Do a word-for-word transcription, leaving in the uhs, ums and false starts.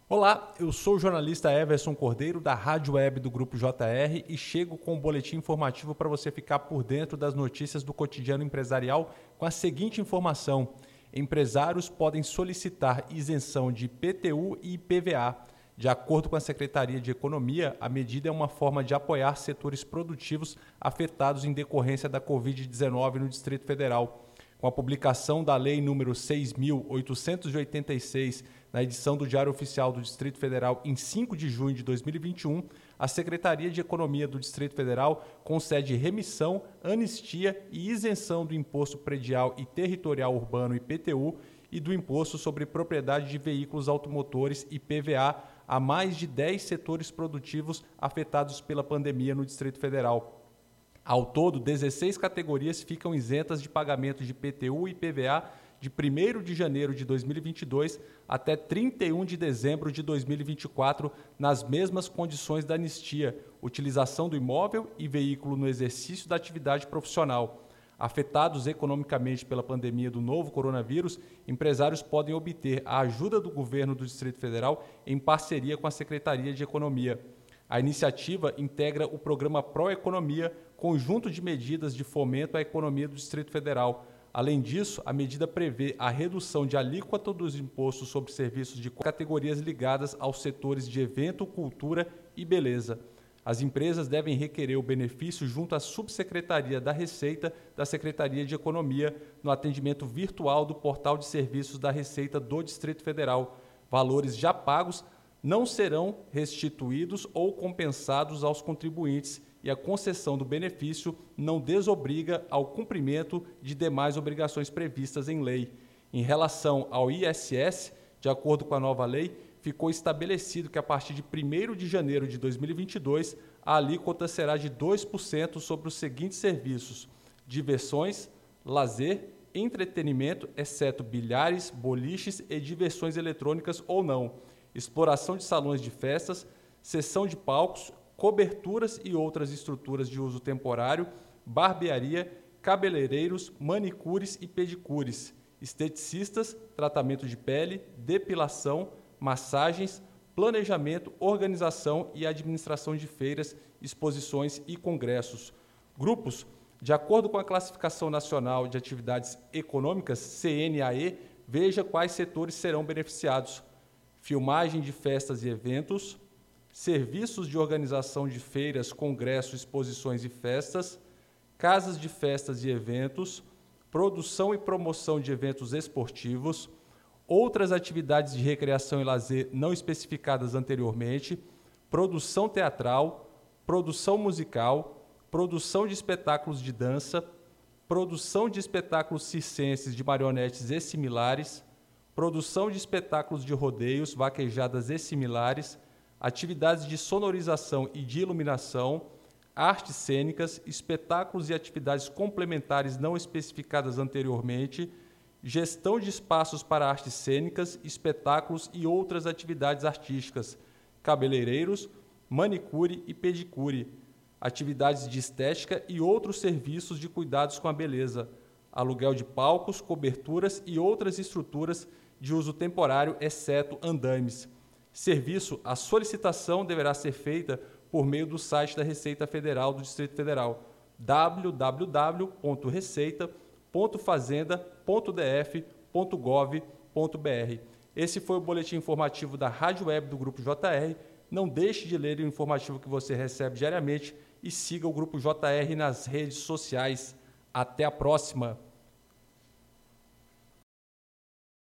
Olá, eu sou o jornalista Everson Cordeiro, da Rádio Web do Grupo J R e chego com um boletim informativo para você ficar por dentro das notícias do cotidiano empresarial com a seguinte informação. Empresários podem solicitar isenção de I P T U e I P V A. De acordo com a Secretaria de Economia, a medida é uma forma de apoiar setores produtivos afetados em decorrência da covid dezenove no Distrito Federal. Com a publicação da Lei número seis mil oitocentos e oitenta e seis, na edição do Diário Oficial do Distrito Federal, em cinco de junho de dois mil e vinte e um, a Secretaria de Economia do Distrito Federal concede remissão, anistia e isenção do Imposto Predial e Territorial Urbano I P T U e do Imposto sobre Propriedade de Veículos Automotores I P V A a mais de dez setores produtivos afetados pela pandemia no Distrito Federal. Ao todo, dezesseis categorias ficam isentas de pagamento de I P T U e I P V A de primeiro de janeiro de dois mil e vinte e dois até trinta e um de dezembro de dois mil e vinte e quatro, nas mesmas condições da anistia, utilização do imóvel e veículo no exercício da atividade profissional. Afetados economicamente pela pandemia do novo coronavírus, empresários podem obter a ajuda do governo do Distrito Federal em parceria com a Secretaria de Economia. A iniciativa integra o programa Proeconomia, conjunto de medidas de fomento à economia do Distrito Federal. Além disso, a medida prevê a redução de alíquota dos impostos sobre serviços de categorias ligadas aos setores de evento, cultura e beleza. As empresas devem requerer o benefício junto à Subsecretaria da Receita da Secretaria de Economia no atendimento virtual do Portal de Serviços da Receita do Distrito Federal. Valores já pagos não serão restituídos ou compensados aos contribuintes e a concessão do benefício não desobriga ao cumprimento de demais obrigações previstas em lei. Em relação ao I S S, de acordo com a nova lei, ficou estabelecido que a partir de primeiro de janeiro de dois mil e vinte e dois, a alíquota será de dois por cento sobre os seguintes serviços: diversões, lazer, entretenimento, exceto bilhares, boliches e diversões eletrônicas ou não, exploração de salões de festas, cessão de palcos, coberturas e outras estruturas de uso temporário, barbearia, cabeleireiros, manicures e pedicures, esteticistas, tratamento de pele, depilação, massagens, planejamento, organização e administração de feiras, exposições e congressos. Grupos, de acordo com a Classificação Nacional de Atividades Econômicas, C N A E, veja quais setores serão beneficiados: filmagem de festas e eventos, serviços de organização de feiras, congressos, exposições e festas, casas de festas e eventos, produção e promoção de eventos esportivos, outras atividades de recreação e lazer não especificadas anteriormente, produção teatral, produção musical, produção de espetáculos de dança, produção de espetáculos circenses de marionetes e similares, produção de espetáculos de rodeios, vaquejadas e similares, atividades de sonorização e de iluminação, artes cênicas, espetáculos e atividades complementares não especificadas anteriormente, gestão de espaços para artes cênicas, espetáculos e outras atividades artísticas, cabeleireiros, manicure e pedicure, atividades de estética e outros serviços de cuidados com a beleza, aluguel de palcos, coberturas e outras estruturas de uso temporário, exceto andaimes. Serviço, a solicitação deverá ser feita por meio do site da Receita Federal do Distrito Federal, w w w ponto receita ponto fazenda ponto d f ponto gov ponto b r. Esse foi o boletim informativo da Rádio Web do Grupo J R. Não deixe de ler o informativo que você recebe diariamente e siga o Grupo J R nas redes sociais. Até a próxima!